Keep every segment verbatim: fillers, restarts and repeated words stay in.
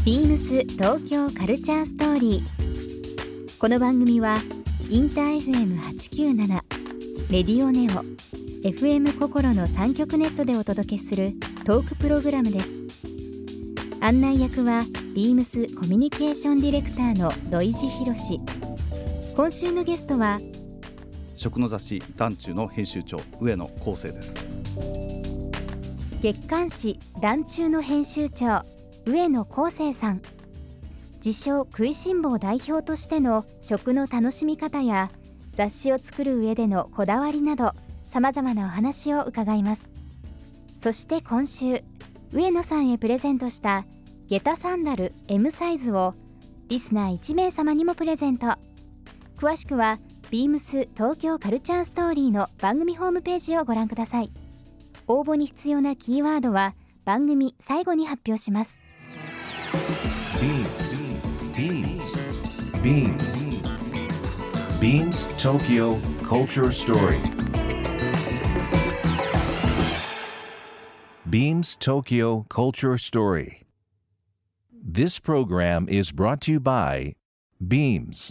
ビームス東京カルチャーストーリー。この番組はインター エフエムはちきゅうなな、レディオネオ、エフエム 心のさん局ネットでお届けするトークプログラムです。案内役はビームスコミュニケーションディレクターの土井博志。今週のゲストは食の雑誌団中の編集長上野康生です。 月刊誌団中の編集長上野康生さん。自称食いしん坊代表としての食の楽しみ方や雑誌を作る上でのこだわりなどさまざまなお話を伺います。そして今週上野さんへプレゼントした下駄サンダル エム サイズをリスナーいち名様にもプレゼント。詳しくはビームス東京カルチャーストーリーの番組ホームページをご覧ください。応募に必要なキーワードは番組最後に発表します。 ビームス ビームス ビームス ビームス Tokyo Culture Story Beams Tokyo Culture Story. This program is brought to you by Beams.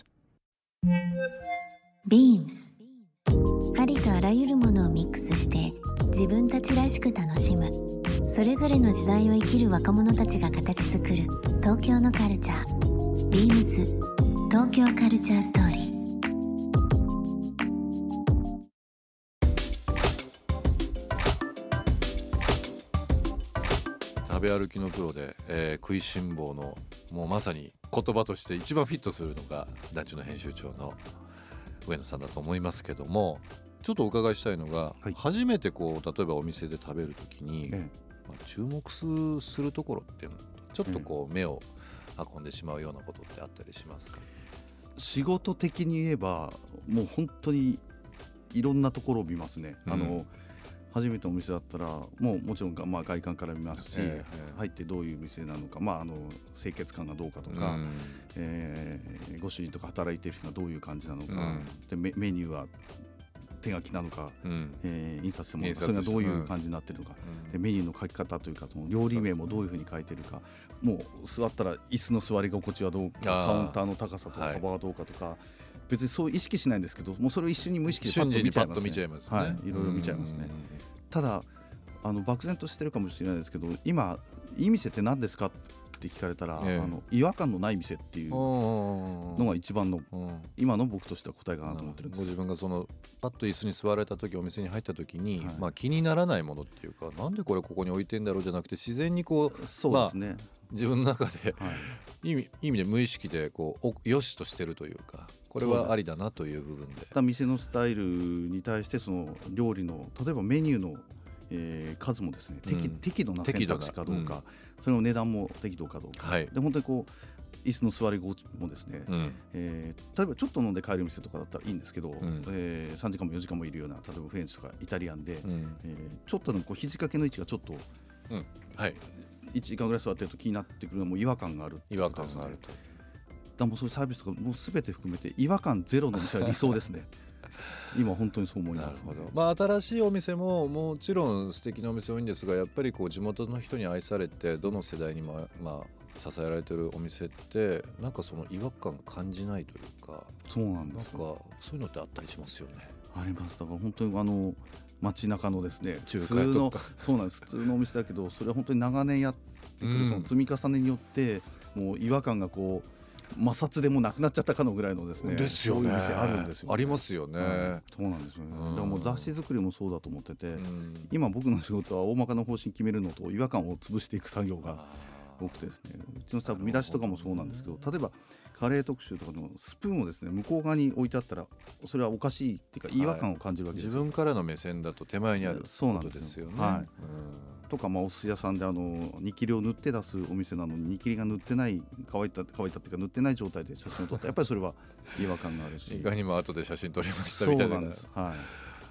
ビームス、ありとあらゆるものをミックスして自分たちらしく楽しむ、それぞれの時代を生きる若者たちが形作る東京のカルチャー。ビームス東京カルチャーストーリー。 食べ歩きのプロで、えー、食いしん坊のもうまさに言葉として一番フィットするのが団中の編集長の上野さんだと思いますけども、ちょっとお伺いしたいのが、はい、初めてこう例えばお店で食べるときに、ええまあ、注目するところっていうのちょっとこう目を運んでしまうようなことってあったりしますか？ 仕事的に言えばもう本当にいろんなところを見ますね、うん、あの初めてお店だったらもうもちろん、まあ、外観から見ますし、えー、入ってどういう店なのか、まあ、あの清潔感がどうかとか、うんえー、ご主人とか働いてる人がどういう感じなのか、うん、で メ, メニューは手書きなのか、うんえー、印刷してもらうそれがどういう感じになってるのか、うん、でメニューの書き方というかその料理名もどういうふうに書いてるか、もう座ったら椅子の座り心地はどうか、カウンターの高さとか幅はどうかとか、はい、別にそう意識しないんですけど、もうそれを一瞬に無意識でパッと見ちゃいますね。見ちゃいますね、はい、いろいろ見ちゃいますね。ただあの漠然としてるかもしれないですけど、今いい店って何ですかって聞かれたら、ええ、あの違和感のない店っていうのが一番の今の僕としては答えかなと思ってるんです。 ご自分がそのパッと椅子に座られた時、お店に入った時に、はいまあ、気にならないものっていうか、なんでこれここに置いてんだろうじゃなくて、自然にこうそうですね、まあ、自分の中で、はい、いい意味、いい意味で無意識でこう良しとしてるというか、これはありだなという部分で、 で店のスタイルに対してその料理の例えばメニューの、えー、数もですね、うん、適, 適度な選択肢かどうか、うん、それの値段も適度かどうか、はい、で本当にこう椅子の座り心地もですね、うんえー、例えばちょっと飲んで帰る店とかだったらいいんですけど、うんえー、さんじかんもよじかんもいるような例えばフレンチとかイタリアンで、うんえー、ちょっとのこう肘掛けの位置がちょっと、うんはい、いちじかんぐらい座ってると気になってくるのはもう違和感がある、 違和感があると、 だもうそういうサービスとかもう全て含めて違和感ゼロの店は理想ですね今本当にそう思います、ね、 なるほど、まあ、新しいお店ももちろん素敵なお店多いんですが、やっぱりこう地元の人に愛されてどの世代にも、まあ、支えられているお店ってなんかその違和感感じないというか、 そうなんですよ、 なんかそういうのってあったりしますよね。 あります。だから本当にあの街中のですね、 中華普通のそうなんです、普通のお店だけどそれは本当に長年やってくる、うん、その積み重ねによってもう違和感がこう摩擦でもなくなっちゃったかのぐらいのですね、 ですよね、 そういう店あるんですよ、ね、 ありますよね、うん、 そうなんですよね、うん、だからもう雑誌作りもそうだと思ってて、うん、今僕の仕事は大まかな方針決めるのと違和感を潰していく作業が多くてですね、うちのスタッフ見出しとかもそうなんですけど、例えばカレー特集とかのスプーンをですね向こう側に置いてあったらそれはおかしいっていうか違和感を感じるわけですよ、 はい、自分からの目線だと手前にあることですよね。はい、うんとかまあお寿司屋さんであの煮切りを塗って出すお店なのに煮切りが塗ってない乾いた乾いたっていうか塗ってない状態で写真を撮ったらやっぱりそれは違和感があるしいかにも後で写真撮りましたみたいな。 そうなんです、はい、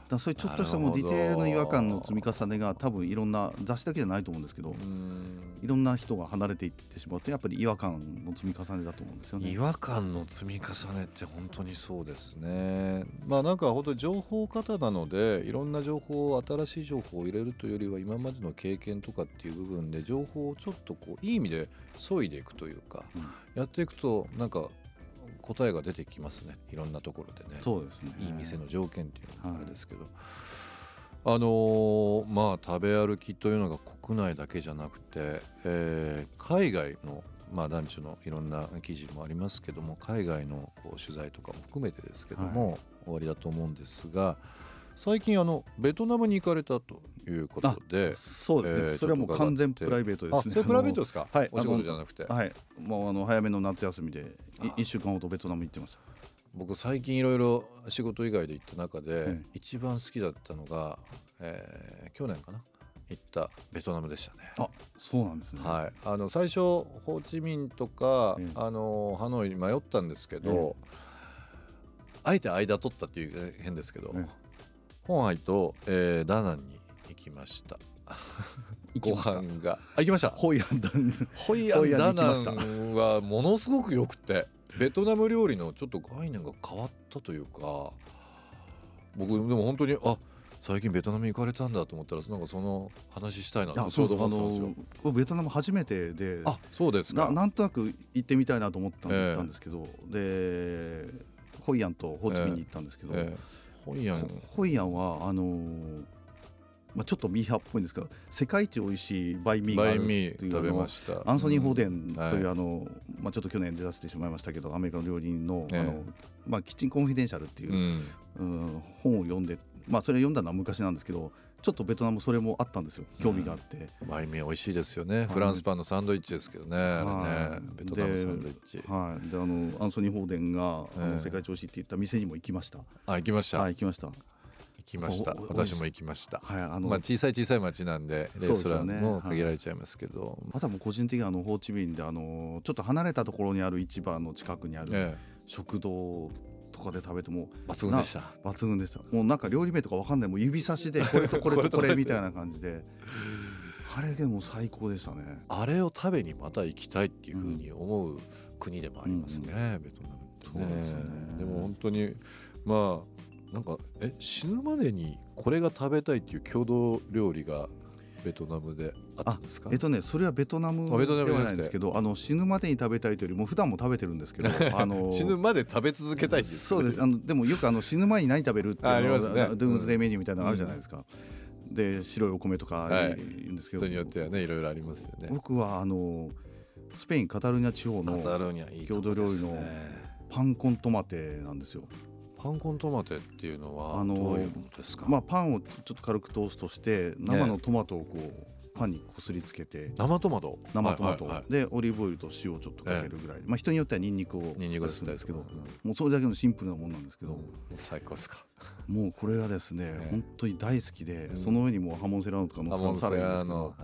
だそういうちょっとしたもうディテールの違和感の積み重ねが多分いろんな雑誌だけじゃないと思うんですけど、いろんな人が離れていってしまうとやっぱり違和感の積み重ねだと思うんですよね。 違和感の積み重ねって本当にそうですね。まあなんか本当に情報型なので、いろんな情報を新しい情報を入れるというよりは今までの経験とかっていう部分で情報をちょっとこういい意味で削いでいくというか、うん、やっていくとなんか答えが出てきますね。いろんなところでね。 そうですね。 いい店の条件っていうのがあれですけど、はい、あのー、まあ食べ歩きというのが国内だけじゃなくて、えー、海外のまあ団地のいろんな記事もありますけども、海外のこう取材とかも含めてですけども、はい、終わりだと思うんですが、最近あのベトナムに行かれたということで、 そうですね、えー、それはもう完全プライベートですね。 あ、それプライベートですか。 はい、 お仕事じゃなくて。 はい、もうあの早めの夏休みでいっしゅうかんほどベトナム行ってました。 僕最近いろいろ仕事以外で行った中で、うん、一番好きだったのが、えー、去年かな行ったベトナムでしたね。 あ、そうなんですね。 はい、あの最初ホーチミンとか、うん、あのハノイに迷ったんですけど、うん、あえて間取ったっていう変ですけど、うん、ホンハイと、えー、ダナンに行きました。ご飯があ行きました。 ホイアンダナンホイアンダナンはものすごく良くて、ベトナム料理のちょっと概念が変わったというか、僕でも本当にあ最近ベトナム行かれたんだと思ったら、なんかその話したいなとちょうど思ってたんですよ。 あのベトナム初めてで、 あそうですか。 な, なんとなく行ってみたいなと思ったんですけど、えー、でホイアンとホーチミンに行ったんですけど、えーえー、 ホイアンホイアンはあのーまあ、ちょっとミーハーっぽいんですけど、世界一美味しいバインミーがあるという食べました。 アンソニー・ホーデンという、うんあのはいまあ、ちょっと去年出させてしまいましたけど、アメリカの料理人 の,、えーあのまあ、キッチンコンフィデンシャルっていう、うんうん、本を読んで、まあ、それ読んだのは昔なんですけど、ちょっとベトナムそれもあったんですよ、興味があって、 うん、バインミー美味しいですよね。フランスパンのサンドイッチですけどね、あれね、ベトナムサンドイッチ。 はい、であのアンソニー・ホーデンが、えー、あの世界一美味しいって言った店にも行きました。 あ、行きました。 はい、行きました行きました。私も行きました。 はい、あのまあ、小さい小さい町なんでレストランも限られちゃいますけど、ねはい、 あとはもう個人的にあのホーチミンであのちょっと離れたところにある市場の近くにある食堂とかで食べても抜群でした。 抜群でした。もうなんか料理名とかわかんない、もう指差しでこれとこれとこれみたいな感じであれがもう最高でしたね。 あれを食べにまた行きたいっていうふうに思う国でもありますね、うんうん、ベトナムってね。そうですね。でも本当にまあなんかえ死ぬまでにこれが食べたいっていう郷土料理がベトナムであったんですか？ えっとねそれはベトナムではないんですけど、あの死ぬまでに食べたいというよりも普段も食べてるんですけどあの死ぬまで食べ続けたいんですか？そうです。あのでもよくあの死ぬ前に何食べるっていうのが、ね、ドゥームズデーメニューみたいなのあるじゃないですか、うん、で白いお米とか言うんですけど、 はい、人によってはねいろいろありますよね。 僕はあのスペインカタルーニャ地方の郷土料理のパンコントマテなんですよ。 パンコントマテっていうのはどういうものですか？ まあ、パンをちょっと軽くトーストして生のトマトをこうパンにこすりつけて、 生トマト生トマト、はいはいはい、でオリーブオイルと塩をちょっとかけるぐらい、まあ、人によってはニンニクをニンニクするんですけど、うん、もうそれだけのシンプルなものなんですけど、うん、 最高ですか？ もうこれがですね、えー、本当に大好きで、うん、その上にもうハモンセラーノとかのさらにですけど、はい、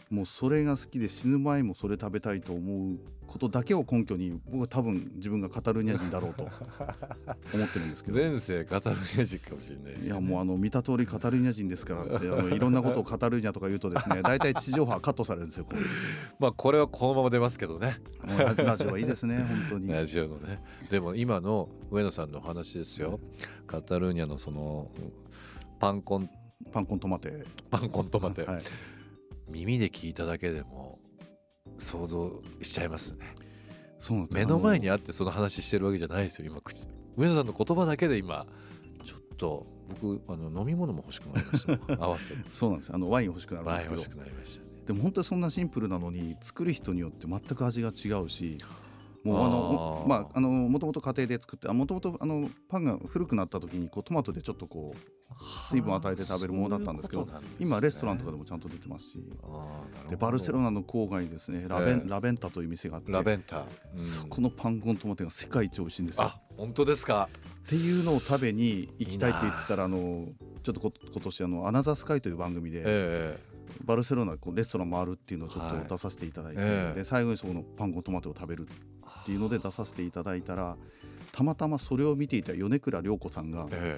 もうそれが好きで死ぬ前もそれ食べたいと思うことだけを根拠に僕は多分自分がカタルーニャ人だろうと思ってるんですけど前世カタルーニャ人かもしれないですよね。 いやもうあの見た通りカタルーニャ人ですからってあのいろんなことをカタルーニャとか言うとですね大体地上波カットされるんですよ。こまあこれはこのまま出ますけどね。 ラジオはいいですね本当に。 ラジオのね。でも今の上野さんの話ですよ。カタルーニャのそのパンコンパンコントマテパンコントマテ、 はい、 耳で聞いただけでも想像しちゃいますね。 そうなんです。 目の前にあってその話してるわけじゃないですよ今口。上野さんの言葉だけで今ちょっと僕あの飲み物も欲しくなりました合わせてそうなんです。あのワイン欲しくなるんですけど、 ワイン欲しくなりましたね。 でも本当にそんなシンプルなのに作る人によって全く味が違うし、もうあのまああのもともと家庭で作ってもともとあのパンが古くなった時にこうトマトでちょっとこう水分を与えて食べるものだったんですけど、 ね、 今レストランとかでもちゃんと出てますし、でバルセロナの郊外にですねラベン、えー、ラベンタという店があって、 ラベンタ、 うん、そこのパンコントマテが世界一美味しいんですよ。 あ、本当ですか？ っていうのを食べに行きたいって言ってたらあのちょっとこ今年あのアナザースカイという番組で、えー、バルセロナこうレストラン回るっていうのをちょっと出させていただいて、はいえー、で最後にそこのパンコントマテを食べるっていうので出させていただいたら、たまたまそれを見ていた米倉涼子さんが、えー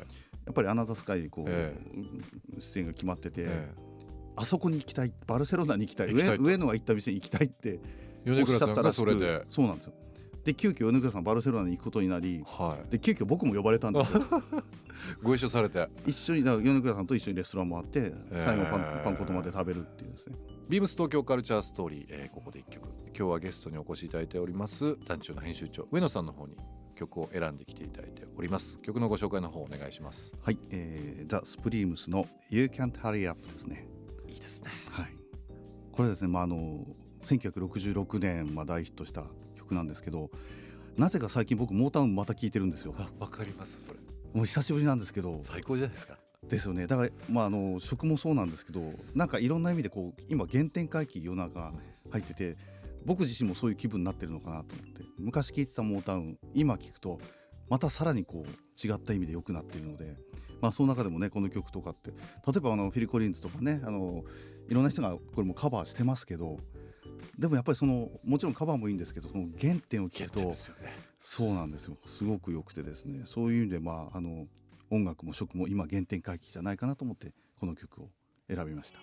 やっぱりアナザースカイこう、 え出演が決まってて、 えあそこに行きたい、バルセロナに行きたい、 行きたいと上上野が行った店に行きたいっておっ米倉さんしゃったらしく、 がそれで、 そうなんですよ。で急遽米倉さんバルセロナに行くことになり、 はい、 で急遽僕も呼ばれたんですよご一緒されて、 一緒にだから米倉さんと一緒にレストランもあって、 えー最後パンパン粉まで食べるっていうですね。 ビームス東京カルチャーストーリー、えーここでいっきょく、今日はゲストにお越しいただいております団中の編集長上野さんの方に曲を選んできていただいております。曲のご紹介の方お願いします。 はい、えー、ザ・スプリームスの You Can't Hurry Up ですね。 いいですね。 はい、これですね、まあ、あのせんきゅうひゃくろくじゅうろくねん、まあ、大ヒットした曲なんですけど、なぜか最近僕モータウンまた聴いてるんですよ。 あ、わかります。それもう久しぶりなんですけど。 最高じゃないですか。 ですよね。だから、まあ、あの食もそうなんですけど、なんかいろんな意味でこう今原点回帰夜中入ってて、僕自身もそういう気分になってるのかなと思って、昔聴いてたモータウン今聴くとまたさらにこう違った意味で良くなっているので、まあ、その中でもねこの曲とかって例えばあのフィル・コリンズとかね、あのいろんな人がこれもカバーしてますけど、でもやっぱりそのもちろんカバーもいいんですけど、その原点を聞くと、 ですよね、 そうなんですよ、すごく良くてですね、そういう意味で、まあ、あの音楽も食も今原点回帰じゃないかなと思ってこの曲を選びました。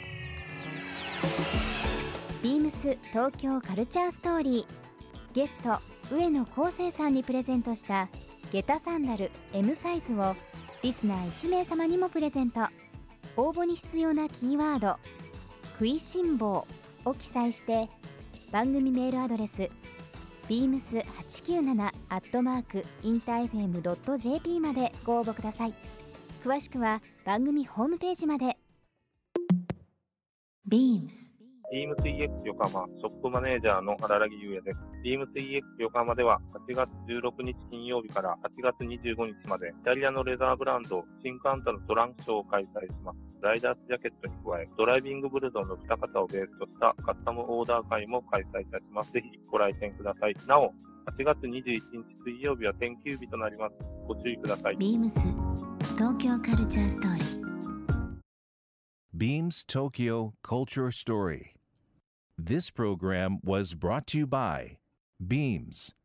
ビームス東京カルチャーストーリー、ゲスト上野康生さんにプレゼントした下駄サンダル エム サイズをリスナーいちめいさまにもプレゼント。応募に必要なキーワード食いしん坊を記載して番組メールアドレス ビームスはちきゅうなな アットマーク インターエフエム ドット ジェーピー までご応募ください。詳しくは番組ホームページまで。 ビームスビームス イーエックス 横浜ショップマネージャーの荒木優也です。ビームス イーエックス 横浜でははちがつじゅうろくにち金曜日からはちがつにじゅうごにちまでイタリアのレザーブランドシンカンタのトランクショーを開催します。ライダースジャケットに加えドライビングブルゾンのに型をベースとしたカスタムオーダー会も開催いたします。ぜひご来店ください。なおはちがつにじゅういちにち水曜日は天休日となります。ご注意ください。 ビームス東京カルチャーストーリー Beams Tokyo Culture Story. This program was brought to you by Beams.